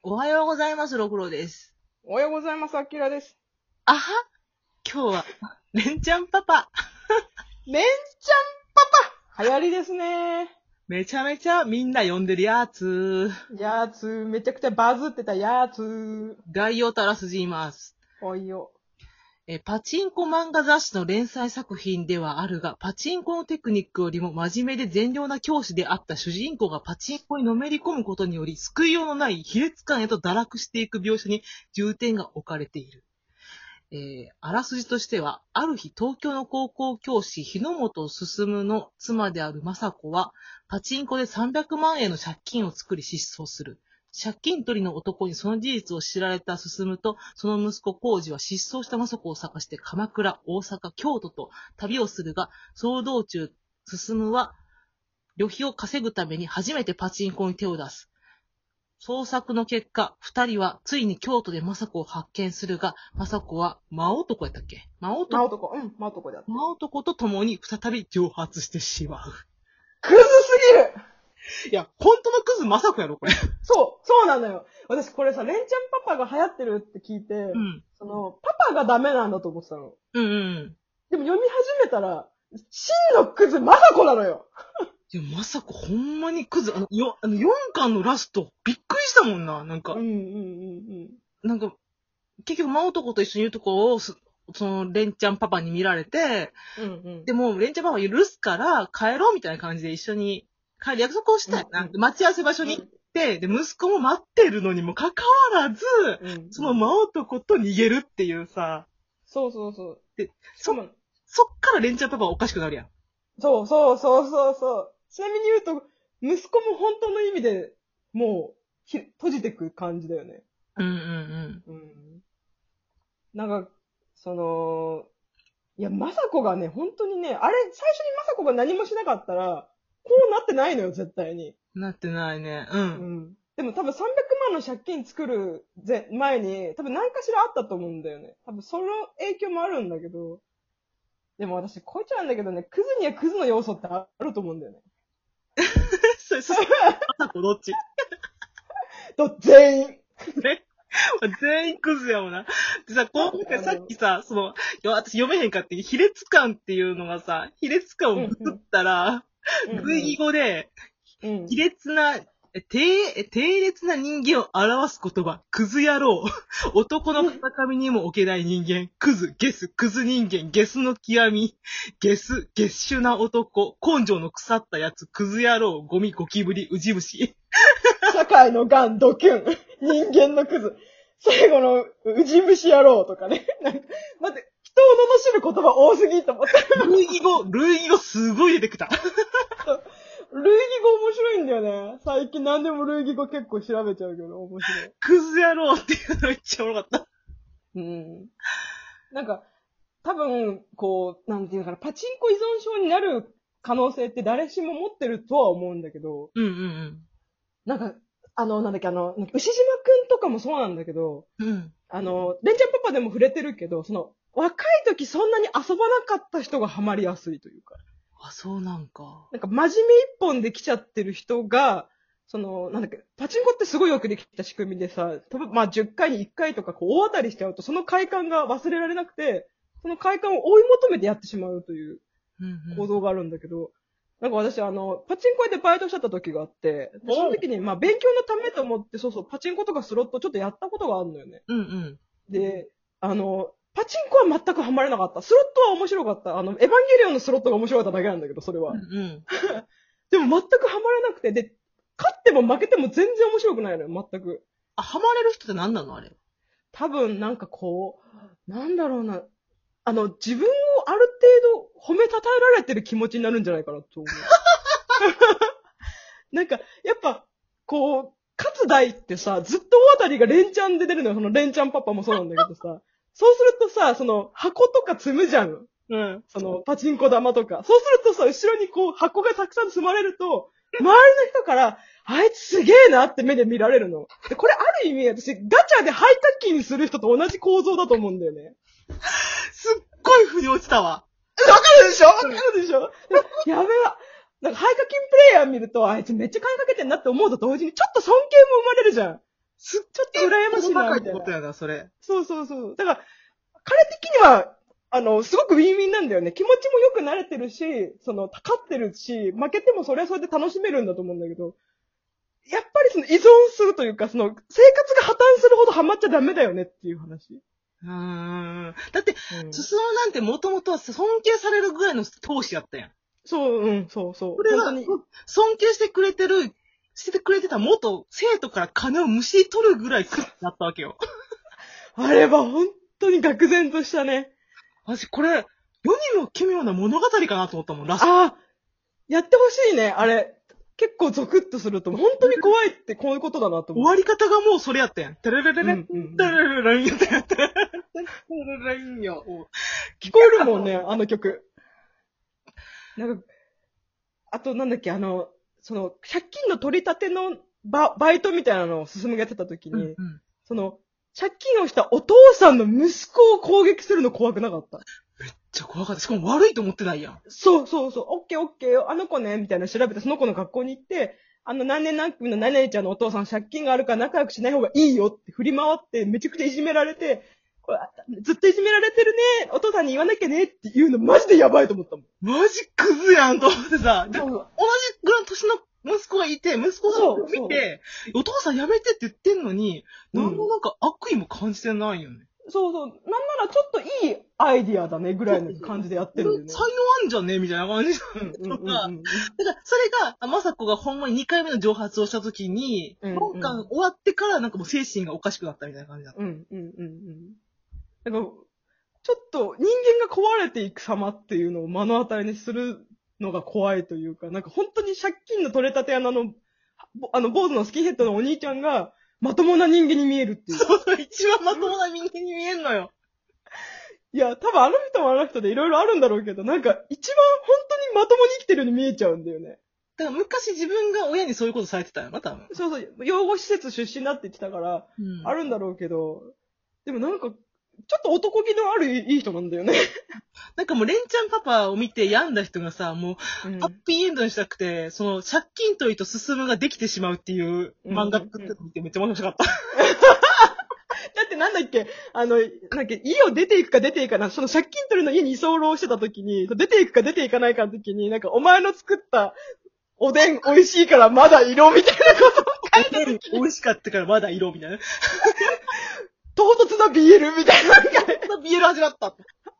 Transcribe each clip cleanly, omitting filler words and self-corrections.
おはようございます、ろくろです。 おはようございます、あきらです。 あは今日は、れんちゃんパパ。 れんちゃんパパ流行りですね。 めちゃめちゃみんな呼んでるやつ。 やつ、めちゃくちゃバズってたやつ。 概要たらすじいます。 おいよ。 パチンコ漫画雑誌の連載作品ではあるが、パチンコのテクニックよりも真面目で善良な教師であった主人公がパチンコにのめり込むことにより、救いようのない卑劣感へと堕落していく描写に重点が置かれている。あらすじとしては、ある日東京の高校教師、日野本進の妻である雅子は、パチンコで300万円の借金を作り失踪する。借金取りの男にその事実を知られた進と、その息子浩二は失踪した雅子を探して鎌倉、大阪、京都と旅をするが、その道中、進は旅費を稼ぐために初めてパチンコに手を出す。捜索の結果、二人はついに京都で雅子を発見するが、雅子は真男やったっけ真男だった。 真男と共に再び蒸発してしまう。 クズすぎる。 いや、本当のクズ雅子やろ、これ。 そうなのよ。私これさ、れんちゃんパパが流行ってるって聞いて、 うん。 パパがダメなんだと思ってたの。 うんうん。 でも読み始めたら、真のクズ、雅子なのよ。 いや、雅子ほんまにクズ。4巻のラスト、びっくりしたもんな。なんか、なんか、結局真男と一緒にいるとこを、レンちゃんパパに見られて、でも、レンちゃんパパ許すから帰ろうみたいな感じで一緒に帰る約束をしたいな。待ち合わせ場所に行って、で、息子も待ってるのにもかかわらず、その真男と逃げるっていうさ。 そう。 で、そっからレンちゃんパパはおかしくなるやん。 そう。ちなみに言うと、息子も本当の意味でもう、閉じてく感じだよね。なんか、いや、雅子がね、本当にね、あれ、最初に雅子が何もしなかったら、こうなってないのよ、絶対に。 なってないね。 でも多分300万の借金作る前に、多分何かしらあったと思うんだよね。多分その影響もあるんだけど、でも私、こいつなんだけどね、クズにはクズの要素ってあると思うんだよね。 雅子どっち全員。 全員クズやもんな。でさ、今回さっきさ、私読めへんかって、卑劣感っていうのがさ、卑劣感を作ったら、類義語で、卑劣な、低劣な人間を表す言葉、クズ野郎。男の片上にも置けない人間、クズ、ゲス、クズ人間、ゲスの極み、ゲス、ゲッシュな男、根性の腐ったやつ、クズ野郎、ゴミ、ゴキブリ、ウジ虫。 社会のガン、ドキュン、人間のクズ、最後のウジ虫野郎とかね。なんか、待って、人を罵る言葉多すぎと思った。 類義語すごい出てきた。 類義語面白いんだよね。最近何でも類義語結構調べちゃうけど、面白い。 クズ野郎っていうのめっちゃおもろかった。 なんか、多分、なんていうのかな、パチンコ依存症になる可能性って誰しも持ってるとは思うんだけど、なんか、なんだっけ、牛島くんとかもそうなんだけど、レンちゃんパパでも触れてるけど、若い時そんなに遊ばなかった人がハマりやすいというか。 あ、そうなんか。 なんか真面目一本で来ちゃってる人が、なんだっけ、パチンコってすごいよくできた仕組みでさ、多分10回に1回とか大当たりしちゃうと、その快感が忘れられなくて、その快感を追い求めてやってしまうという行動があるんだけど、なんか私パチンコ屋でバイトしちゃった時があって、でその時に勉強のためと思って、パチンコとかスロットちょっとやったことがあるのよね。で、パチンコは全くハマれなかった。スロットは面白かった。エヴァンゲリオンのスロットが面白かっただけなんだけど、それは。でも全くハマれなくて、で、勝っても負けても全然面白くないのよ、全く。 あ、ハマれる人って何なのあれ。 多分、なんかなんだろうな。自分をある程度褒めたたえられてる気持ちになるんじゃないかなと思う。なんか、やっぱ、勝つ台ってさ、ずっと大当たりが連チャンで出るのよ。その連チャンパパもそうなんだけどさ。そうするとさ、箱とか積むじゃん。パチンコ玉とか。そうするとさ、後ろに箱がたくさん積まれると、周りの人から、あいつすげえなって目で見られるの。で、これある意味、私、ガチャでハイタッキーにする人と同じ構造だと思うんだよね。 すっごい腑に落ちたわ。 わかるでしょやべえ。なんかハイ課金プレイヤー見ると、あいつめっちゃ金かけてんなって思うと同時に、ちょっと尊敬も生まれるじゃん。 ちょっと羨ましいな、みたいな。 ってことやな、それ。 そうそうそう。だから、彼的には、すごくウィンウィンなんだよね。気持ちもよく慣れてるし、勝ってるし、負けてもそれはそれで楽しめるんだと思うんだけど、やっぱり依存するというか、生活が破綻するほどハマっちゃダメだよねっていう話。 だって、進なんてもともとは尊敬されるぐらいの闘志やったやん。 そう、そうそう。 これは、尊敬してくれてた元生徒から金をむしり取るぐらい苦になったわけよ。 あれは本当に愕然としたね。 私これ、世にも奇妙な物語かなと思ったもん、ラスト。 ああ、やってほしいね、あれ。結構ゾクッとすると、本当に怖いってこういうことだなと思う。 終わり方がもうそれやったやん。タララララン、タラララランやったやん。タラララランよ。 聞こえるもんね、あの曲。なんか、あとなんだっけ、借金の取り立てのバイトみたいなのを進むがやってた時に、借金をしたお父さんの息子を攻撃するの怖くなかった？ めっちゃ怖かった。しかも悪いと思ってないやん。 そう、オッケー、あの子ね、みたいな調べて、その子の学校に行って、何年何組の何々ちゃんのお父さん借金があるから仲良くしない方がいいよって振り回って、めちゃくちゃいじめられて、これずっといじめられてるね、お父さんに言わなきゃねっていうのマジでやばいと思ったもん。 マジクズやんと思ってさ、同じぐらいの年の息子がいて、息子が見て、お父さんやめてって言ってんのに、なんか悪意も感じてないよね。 そう。なんならちょっといいアイディアだねぐらいの感じでやってるんだよね。 才能あんじゃねみたいな感じとか。だからそれが、まさこがほんまに2回目の蒸発をした時に、4巻終わってからなんかもう精神がおかしくなったみたいな感じだった。だから、ちょっと人間が壊れていく様っていうのを目の当たりにするのが怖いというか、なんか本当に借金の取れたて屋の坊主のスキンヘッドのお兄ちゃんが、まともな人間に見えるっていう。 そう、一番まともな人間に見えんのよ。 いや、多分あの人もあの人でいろいろあるんだろうけど、なんか一番本当にまともに生きてるように見えちゃうんだよね。 だから昔自分が親にそういうことされてたよな、多分。 そう、養護施設出身だって言ってたから、あるんだろうけど、でもなんか、ちょっと男気のあるいい人なんだよね。 なんかもう、レンちゃんパパを見て病んだ人がさ、もう、ハッピーエンドにしたくて、借金取りと進ができてしまうっていう漫画作ってみてめっちゃ面白かった。 だってなんだっけ、家を出ていくか出ていかない、借金取りの家に居候してた時に、出ていくか出ていかないかの時に、なんかお前の作ったおでん美味しいからまだ色みたいなことを書いてる。 美味しかったからまだ色みたいな。 唐突な BL みたいな。 BL 味だった。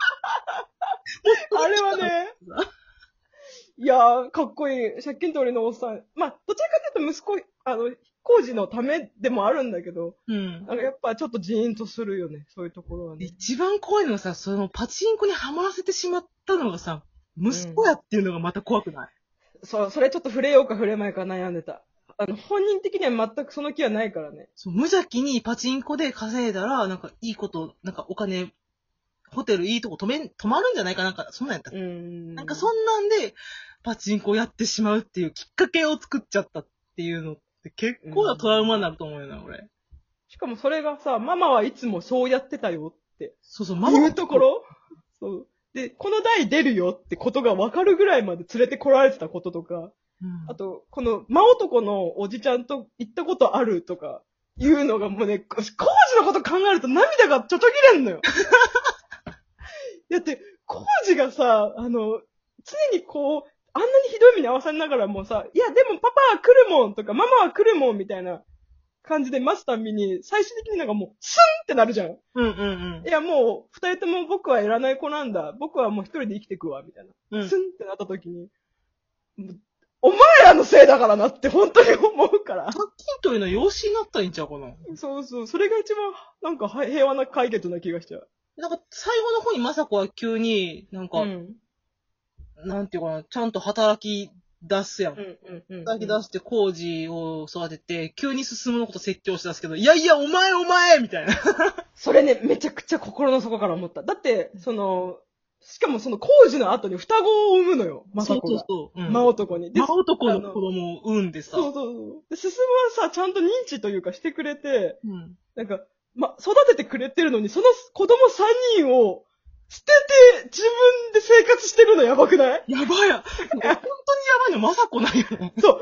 あれはね、いやー、かっこいい。借金取りのおっさん。まあ、どちらかというと息子、工事のためでもあるんだけど、なんかやっぱちょっとジーンとするよね、そういうところはね。 一番怖いのはさ、パチンコにはまらせてしまったのがさ、息子やっていうのがまた怖くない？ そう、それちょっと触れようか触れまいか悩んでた。本人的には全くその気はないからね。 そう、無邪気にパチンコで稼いだら、なんかいいこと、なんかお金、ホテルいいとこ泊まるんじゃないかなんか、そんなんやったっけ？なんかそんなんで、パチンコをやってしまうっていうきっかけを作っちゃったっていうのって結構なトラウマになると思うよな、俺。 しかもそれがさ、ママはいつもそうやってたよって。 ママ言うところそう。で、この代出るよってことが分かるぐらいまで連れてこられてたこととか、あと、この真男のおじちゃんと行ったことあるとか、いうのがもうね、工事のこと考えると涙がちょちょぎれんのよ。だって、工事がさ、常にこう、あんなにひどい目に遭わされながらもさ、いや、でもパパは来るもんとか、ママは来るもんみたいな感じで待つたびに、最終的になんかもう、スンってなるじゃん。いや、もう、二人とも僕はいらない子なんだ。僕はもう一人で生きてくわ、みたいな。スンってなった時に、お前らのせいだからなって本当に思うから。 借金取りの養子になったらいいんちゃうかな。 そう。それが一番、なんか平和な解決な気がしちゃう。 なんか、最後の方にまさこは急に、なんか、なんていうかな、ちゃんと働き出すやん。働き出して工事を育てて、急に進のこと説教し出すけど、いやいや、お前みたいな。 それね、めちゃくちゃ心の底から思った。だって、しかもその工事の後に双子を産むのよ、まさこが。真男に。 真男の子供を産んでさ。 で、進はさ、ちゃんと認知というかしてくれて、なんか、育ててくれてるのに、その子供3人を捨てて自分で生活してるのやばくない？ やばい。本当にやばいのまさこなんよね。 そう。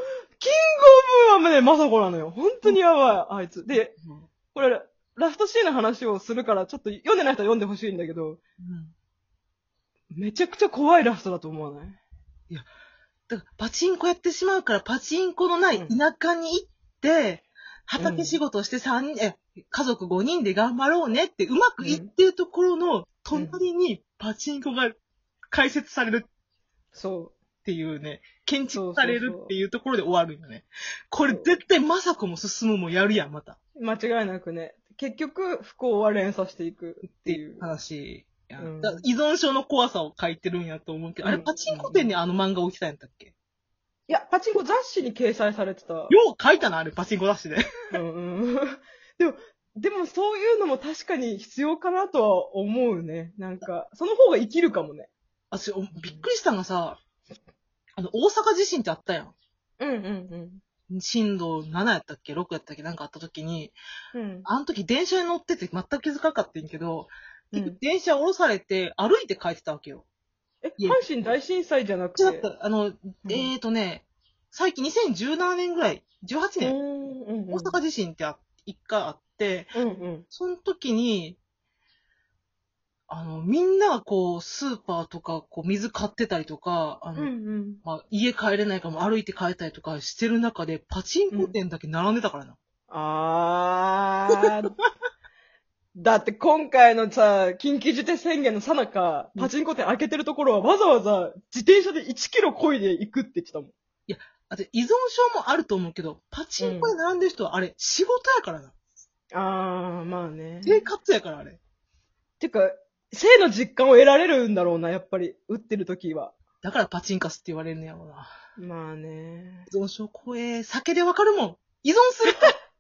キングオブはね、まさこなのよ。本当にやばい、あいつ。で、これ、ラストシーンの話をするから、ちょっと読んでない人は読んでほしいんだけど、めちゃくちゃ怖いラストだと思わない？ だからパチンコやってしまうから、パチンコのない田舎に行って、畑仕事して家族5人で頑張ろうねってうまくいってるところの隣にパチンコが開設されるそう。 っていうね、建築されるっていうところで終わるよね。これ絶対まさこも進むもやるやん、また。 間違いなくね。結局、不幸は連鎖していくっていう。 話。 うん、 依存症の怖さを書いてるんやと思うけど、あれパチンコ店にあの漫画置いてたんやったっけ？ いや、パチンコ雑誌に掲載されてた。 よう書いたな、あれ、パチンコ雑誌で。 でもそういうのも確かに必要かなとは思うね。なんか、その方が生きるかもね。 私、びっくりしたのがさ、大阪地震ってあったやん。震度7やったっけ ?6 やったっけなんかあった時に、あの時電車に乗ってて全く気づかなかったんやけど、電車降ろされて歩いて帰ってたわけよ。 阪神大震災じゃなくて。 違った。最近2017年ぐらい、18年、大阪地震って一回あって、その時に、みんながこう、スーパーとか、こう、水買ってたりとか、家帰れないからも歩いて帰ったりとかしてる中で、パチンコ店だけ並んでたからな。 だって今回のさ、緊急事態宣言の最中、パチンコ店開けてるところはわざわざ自転車で1キロ漕いで行くって言ってたもん。 いや、依存症もあると思うけど、パチンコで並んでる人はあれ、仕事やからな。 まあね。 生活やからあれ。 てか、性の実感を得られるんだろうな、やっぱり、打ってる時は。 だからパチンカスって言われるんやろうな。 まあね。 依存症怖え。酒でわかるもん。依存する